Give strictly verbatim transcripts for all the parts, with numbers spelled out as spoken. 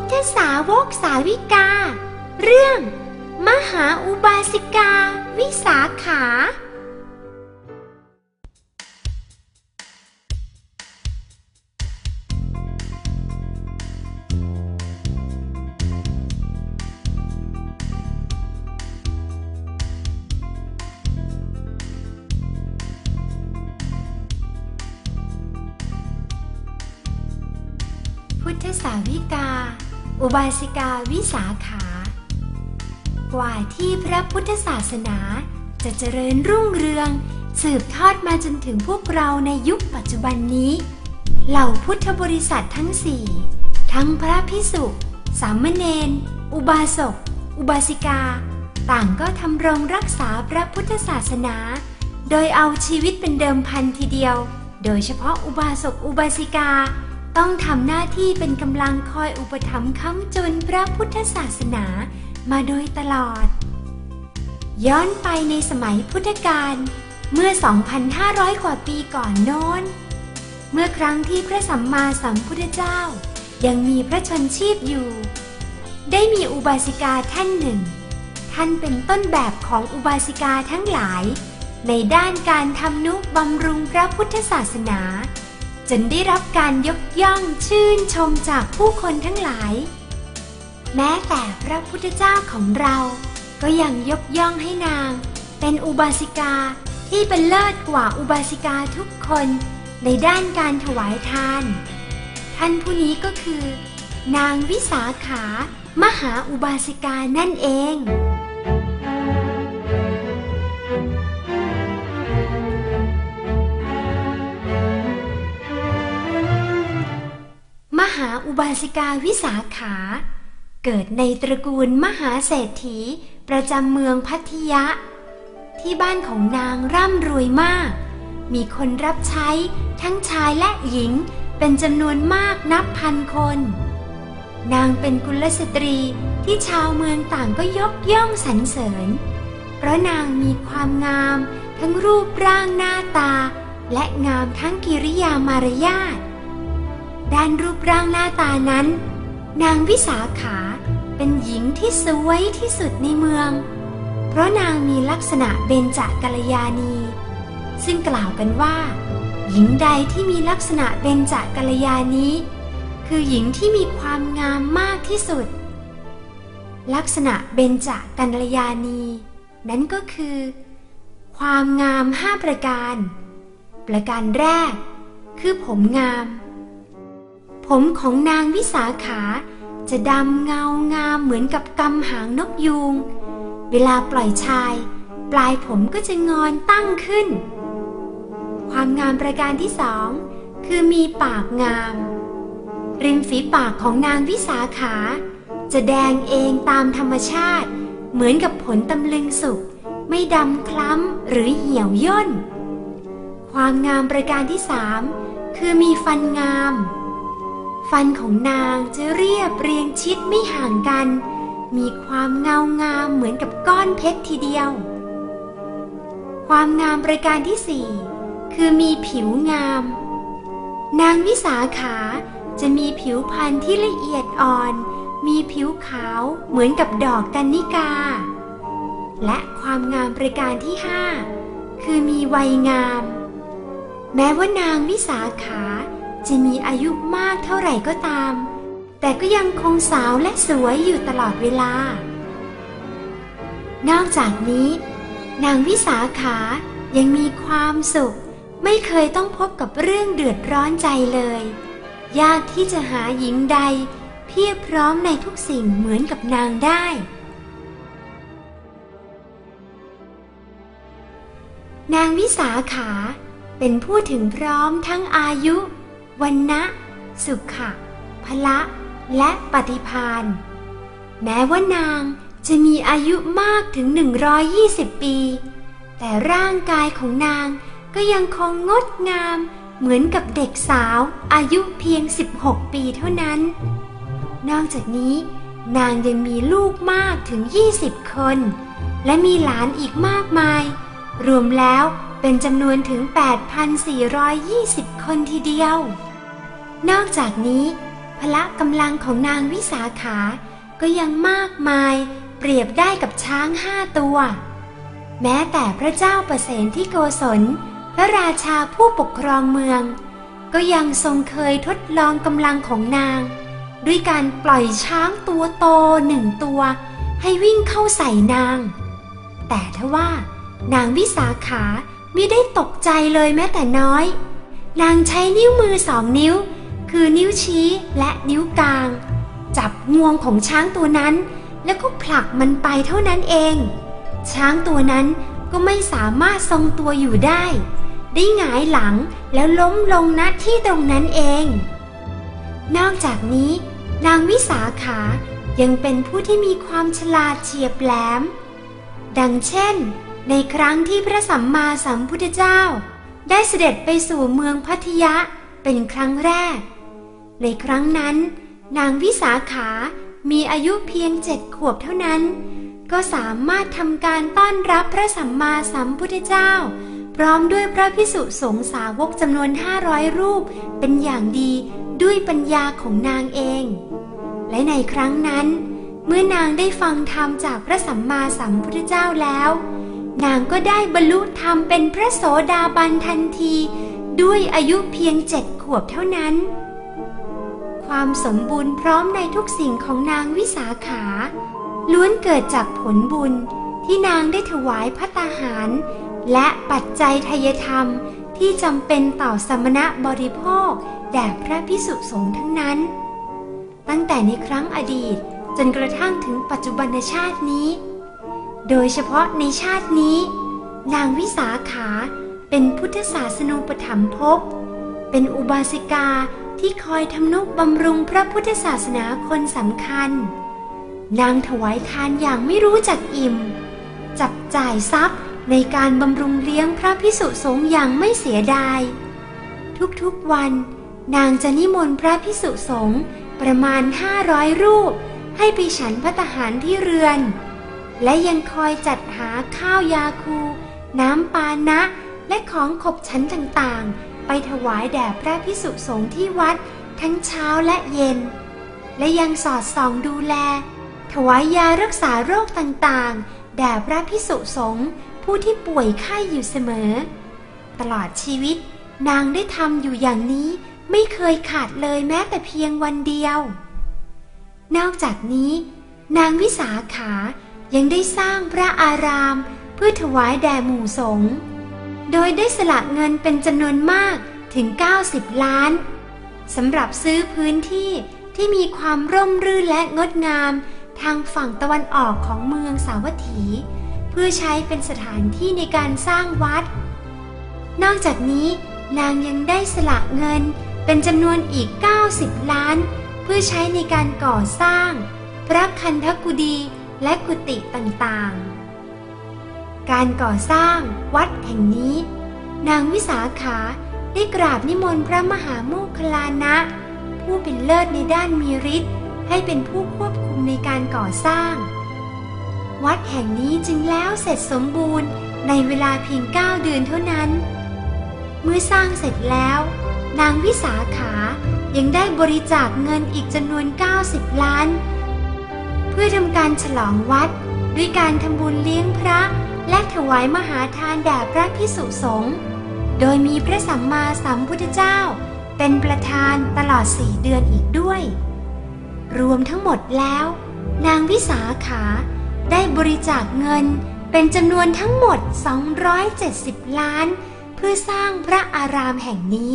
ธสาวกสาวิกาเรื่องมหาอุบาสิกาวิสาขาพุทธสาวิกาอุบาสิกาวิสาขากว่าที่พระพุทธศาสนาจะเจริญรุ่งเรืองสืบทอดมาจนถึงพวกเราในยุคปัจจุบันนี้เหล่าพุทธบริษัททั้งสี่ทั้งพระภิกษุสามเณรอุบาสกอุบาสิกาต่างก็ทำรงรักษาพระพุทธศาสนาโดยเอาชีวิตเป็นเดิมพันทีเดียวโดยเฉพาะอุบาสกอุบาสิกาต้องทำหน้าที่เป็นกำลังคอยอุปถัมภ์ค้ำจุนพระพุทธศาสนามาโดยตลอดย้อนไปในสมัยพุทธกาลเมื่อ สองพันห้าร้อย กว่าปีก่อนโน้นเมื่อครั้งที่พระสัมมาสัมพุทธเจ้ายังมีพระชนชีพอยู่ได้มีอุบาสิกาท่านหนึ่งท่านเป็นต้นแบบของอุบาสิกาทั้งหลายในด้านการทำนุบำรุงพระพุทธศาสนาจนได้รับการยกย่องชื่นชมจากผู้คนทั้งหลายแม้แต่พระพุทธเจ้าของเราก็ยังยกย่องให้นางเป็นอุบาสิกาที่เป็นเลิศกว่าอุบาสิกาทุกคนในด้านการถวายทานท่านผู้นี้ก็คือนางวิสาขามหาอุบาสิกานั่นเองมหาอุบาสิกาวิสาขาเกิดในตระกูลมหาเศรษฐีประจำเมืองพัทยะที่บ้านของนางร่ำรวยมากมีคนรับใช้ทั้งชายและหญิงเป็นจำนวนมากนับพันคนนางเป็นกุลสตรีที่ชาวเมืองต่างก็ยกย่องสรรเสริญเพราะนางมีความงามทั้งรูปร่างหน้าตาและงามทั้งกิริยามารยาทด้านรูปร่างหน้าตานั้นนางวิสาขาเป็นหญิงที่สวยที่สุดในเมืองเพราะนางมีลักษณะเบญจกัลยาณีซึ่งกล่าวกันว่าหญิงใดที่มีลักษณะเบญจกัลยาณีคือหญิงที่มีความงามมากที่สุดลักษณะเบญจกัลยาณีนั้นก็คือความงามห้าประการประการแรกคือผมงามผมของนางวิสาขาจะดำเงางามเหมือนกับกำหางนกยูงเวลาปล่อยชายปลายผมก็จะงอนตั้งขึ้นความงามประการที่สองคือมีปากงามริมฝีปากของนางวิสาขาจะแดงเองตามธรรมชาติเหมือนกับผลตำลึงสุกไม่ดำคล้ำหรือเหี่ยวย่นความงามประการที่สามคือมีฟันงามฟันของนางจะเรียบเรียงชิดไม่ห่างกันมีความเงางามเหมือนกับก้อนเพชรทีเดียวความงามประการที่สี่คือมีผิวงามนางวิสาขาจะมีผิวพรรณที่ละเอียดอ่อนมีผิวขาวเหมือนกับดอกกัญญิกาและความงามประการที่ห้าคือมีวัยงามแม้ว่านางวิสาขาจะมีอายุมากเท่าไหร่ก็ตามแต่ก็ยังคงสาวและสวยอยู่ตลอดเวลานอกจากนี้นางวิสาขายังมีความสุขไม่เคยต้องพบกับเรื่องเดือดร้อนใจเลยยากที่จะหาหญิงใดเพียบพร้อมในทุกสิ่งเหมือนกับนางได้นางวิสาขาเป็นผู้ถึงพร้อมทั้งอายุวรรณะสุขะพละและปฏิภาณแม้ว่านางจะมีอายุมากถึงหนึ่งร้อยยี่สิบปีแต่ร่างกายของนางก็ยังคงงดงามเหมือนกับเด็กสาวอายุเพียงสิบหกปีเท่านั้นนอกจากนี้นางยังมีลูกมากถึงยี่สิบคนและมีหลานอีกมากมายรวมแล้วเป็นจำนวนถึง แปดพันสี่ร้อยยี่สิบ คนทีเดียวนอกจากนี้พละกำลังของนางวิสาขาก็ยังมากมายเปรียบได้กับช้างห้าตัวแม้แต่พระเจ้าประเสนที่โกศลพระราชาผู้ปกครองเมืองก็ยังทรงเคยทดลองกำลังของนางด้วยการปล่อยช้างตัวโตหนึ่งตัวให้วิ่งเข้าใส่นางแต่ทว่านางวิสาขามิได้ตกใจเลยแม้แต่น้อยนางใช้นิ้วมือสองนิ้วคือนิ้วชี้และนิ้วกลางจับงวงของช้างตัวนั้นแล้วก็ผลักมันไปเท่านั้นเองช้างตัวนั้นก็ไม่สามารถทรงตัวอยู่ได้ได้หงายหลังแล้วล้มลงณที่ตรงนั้นเองนอกจากนี้นางวิสาขายังเป็นผู้ที่มีความฉลาดเฉียบแหลมดังเช่นในครั้งที่พระสัมมาสัมพุทธเจ้าได้เสด็จไปสู่เมืองพัทยะเป็นครั้งแรกในครั้งนั้นนางวิสาขามีอายุเพียงเจ็ดขวบเท่านั้นก็สามารถทำการต้อนรับพระสัมมาสัมพุทธเจ้าพร้อมด้วยพระภิกษุสงฆ์สาวกจำนวนห้าร้อยรูปเป็นอย่างดีด้วยปัญญาของนางเองและในครั้งนั้นเมื่อนางได้ฟังธรรมจากพระสัมมาสัมพุทธเจ้าแล้วนางก็ได้บรรลุธรรมเป็นพระโสดาบันทันทีด้วยอายุเพียงเจ็ดขวบเท่านั้นความสมบูรณ์พร้อมในทุกสิ่งของนางวิสาขาล้วนเกิดจากผลบุญที่นางได้ถวายภัตตาหารและปัจจัยทายธรรมที่จำเป็นต่อสมณะบริโภคแด่พระภิกษุสงฆ์ทั้งนั้นตั้งแต่ในครั้งอดีตจนกระทั่งถึงปัจจุบันชาตินี้โดยเฉพาะในชาตินี้นางวิสาขาเป็นพุทธศาสนูปถัมภกเป็นอุบาสิกาที่คอยทำนุบำรุงพระพุทธศาสนาคนสำคัญนางถวายทานอย่างไม่รู้จักอิ่มจับจ่ายทรัพย์ในการบำรุงเลี้ยงพระภิกษุสงฆ์อย่างไม่เสียดายทุกๆวันนางจะนิมนต์พระภิกษุสงฆ์ประมาณห้าร้อยรูปให้ไปฉันภัตตาหารที่เรือนและยังคอยจัดหาข้าวยาคูน้ำปานะและของขบฉันต่างๆไปถวายแด่พระภิกษุสงฆ์ที่วัดทั้งเช้าและเย็นและยังสอดส่องดูแลถวายยารักษาโรคต่างๆแด่พระภิกษุสงฆ์ผู้ที่ป่วยไข้อยู่เสมอตลอดชีวิตนางได้ทำอยู่อย่างนี้ไม่เคยขาดเลยแม้แต่เพียงวันเดียวนอกจากนี้นางวิสาขายังได้สร้างพระอารามเพื่อถวายแด่หมู่สงฆ์โดยได้สละเงินเป็นจำนวนมากถึงเก้าสิบล้านสำหรับซื้อพื้นที่ที่มีความร่มรื่นและงดงามทางฝั่งตะวันออกของเมืองสาวัตถีเพื่อใช้เป็นสถานที่ในการสร้างวัดนอกจากนี้นางยังได้สละเงินเป็นจำนวนอีกเก้าสิบล้านเพื่อใช้ในการก่อสร้างพระคันธกุฎีและกุฏิต่างๆการก่อสร้างวัดแห่งนี้นางวิสาขาได้กราบนิมนต์พระมหาโมคคัลลานะผู้เป็นเลิศในด้านมีฤทธิ์ให้เป็นผู้ควบคุมในการก่อสร้างวัดแห่งนี้จึงแล้วเสร็จสมบูรณ์ในเวลาเพียงเก้าเดือนเท่านั้นเมื่อสร้างเสร็จแล้วนางวิสาขายังได้บริจาคเงินอีกจำนวนเก้าสิบล้านเพื่อทำการฉลองวัดด้วยการทำบุญเลี้ยงพระและถวายมหาทานแด่พระภิกษุสงฆ์โดยมีพระสัมมาสัมพุทธเจ้าเป็นประธานตลอดสี่เดือนอีกด้วยรวมทั้งหมดแล้วนางวิสาขาได้บริจาคเงินเป็นจำนวนทั้งหมดสองร้อยเจ็ดสิบล้านเพื่อสร้างพระอารามแห่งนี้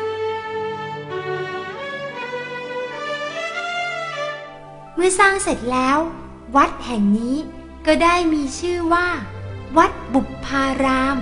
เมื่อสร้างเสร็จแล้ววัดแห่งนี้ก็ได้มีชื่อว่าวัดบุพพาราม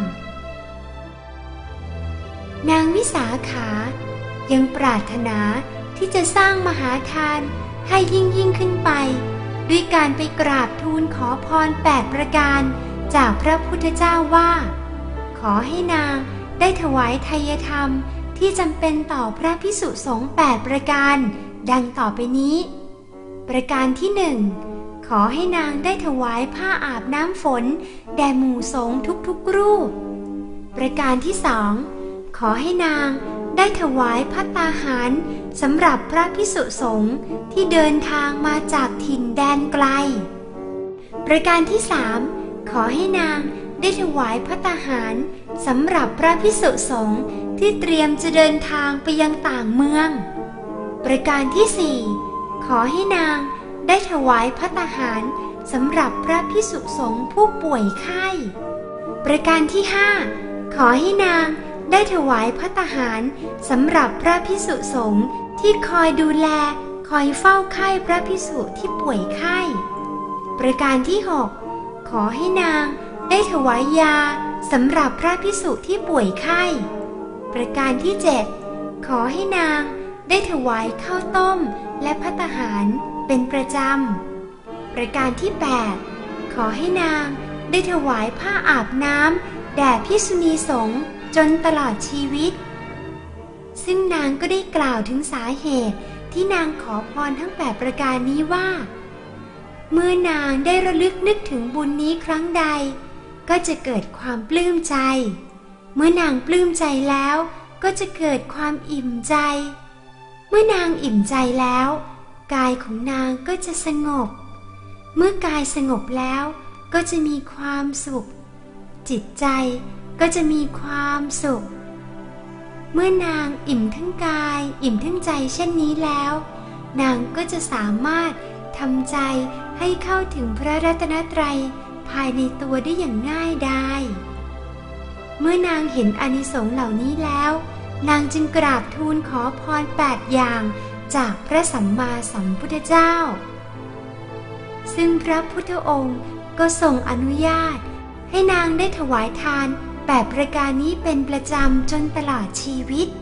นางวิสาขายังปรารถนาที่จะสร้างมหาทานให้ยิ่งยิ่งขึ้นไปด้วยการไปกราบทูลขอพรแปดประการจากพระพุทธเจ้าว่าขอให้นางได้ถวายไทยธรรมที่จำเป็นต่อพระภิกษุสงฆ์แปดประการดังต่อไปนี้ประการที่หนึ่งขอให้นางได้ถวายผ้าอาบน้ำฝนแด่หมู่สงฆ์ทุกๆรูปประการที่สองขอให้นางได้ถวายภัตตาหารสำหรับพระภิกษุสงฆ์ที่เดินทางมาจากถิ่นแดนไกลประการที่สามขอให้นางได้ถวายภัตตาหารสำหรับพระภิกษุสงฆ์ที่เตรียมจะเดินทางไปยังต่างเมืองประการที่สี่ขอให้นางได้ถวายภัตตาหารสำหรับพระภิกษุสงฆ์ผู้ป่วยไข้ประการที่ห้าขอให้นางได้ถวายภัตตาหารสำหรับพระภิกษุสงฆ์ที่คอยดูแลคอยเฝ้าไข้พระภิกษุที่ป่วยไข้ประการที่หกขอให้นางได้ถวายยาสำหรับพระภิกษุที่ป่วยไข้ประการที่เจ็ดขอให้นางได้ถวายข้าวต้มและภัตตาหารเป็นประจำประการที่แปดขอให้นางได้ถวายผ้าอาบน้ำแด่ภิกษุณีสงฆ์จนตลอดชีวิตซึ่งนางก็ได้กล่าวถึงสาเหตุที่นางขอพรทั้งแปดประการนี้ว่าเมื่อนางได้ระลึกนึกถึงบุญนี้ครั้งใดก็จะเกิดความปลื้มใจเมื่อนางปลื้มใจแล้วก็จะเกิดความอิ่มใจเมื่อนางอิ่มใจแล้วกายของนางก็จะสงบเมื่อกายสงบแล้วก็จะมีความสุขจิตใจก็จะมีความสุขเมื่อนางอิ่มทั้งกายอิ่มทั้งใจเช่นนี้แล้วนางก็จะสามารถทำใจให้เข้าถึงพระรัตนตรัยภายในตัวได้อย่างง่ายดายเมื่อนางเห็นอานิสงส์เหล่านี้แล้วนางจึงกราบทูลขอพรแปดอย่างจากพระสัมมาสัมพุทธเจ้าซึ่งพระพุทธองค์ก็ทรงอนุญาตให้นางได้ถวายทานแปดประการนี้เป็นประจำจนตลอดชีวิต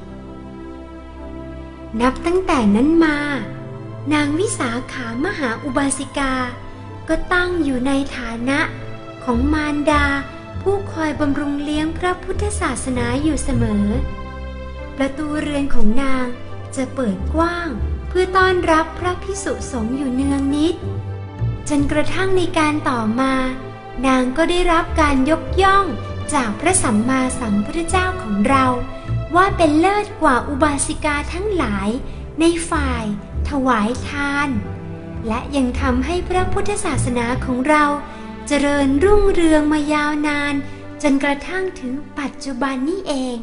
นับตั้งแต่นั้นมานางวิสาขามหาอุบาสิกาก็ตั้งอยู่ในฐานะของมารดาผู้คอยบำรุงเลี้ยงพระพุทธศาสนาอยู่เสมอประตูเรือนของนางจะเปิดกว้างเพื่อต้อนรับพระภิกษุสงฆ์อยู่เนืองนิดจนกระทั่งในการต่อมานางก็ได้รับการยกย่องจากพระสัมมาสัมพุทธเจ้าของเราว่าเป็นเลิศกว่าอุบาสิกาทั้งหลายในฝ่ายถวายทานและยังทำให้พระพุทธศาสนาของเราเจริญรุ่งเรืองมายาวนานจนกระทั่งถึงปัจจุบันนี้เอง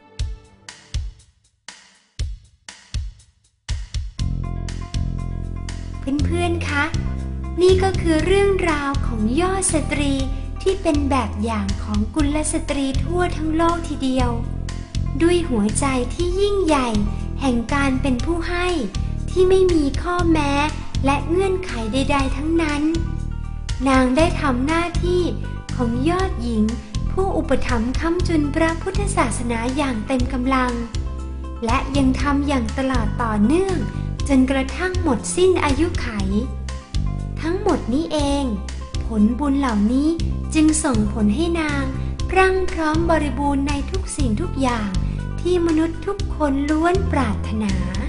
เพื่อนๆคะนี่ก็คือเรื่องราวของยอดสตรีที่เป็นแบบอย่างของกุลสตรีทั่วทั้งโลกทีเดียวด้วยหัวใจที่ยิ่งใหญ่แห่งการเป็นผู้ให้ที่ไม่มีข้อแม้และเงื่อนไขใดๆทั้งนั้นนางได้ทำหน้าที่ของยอดหญิงผู้อุปถัมภ์ค้ำจุนพระพุทธศาสนาอย่างเต็มกำลังและยังทำอย่างตลอดต่อเนื่องจนกระทั่งหมดสิ้นอายุไขทั้งหมดนี้เองผลบุญเหล่านี้จึงส่งผลให้นางพรั่งพร้อมบริบูรณ์ในทุกสิ่งทุกอย่างที่มนุษย์ทุกคนล้วนปรารถนา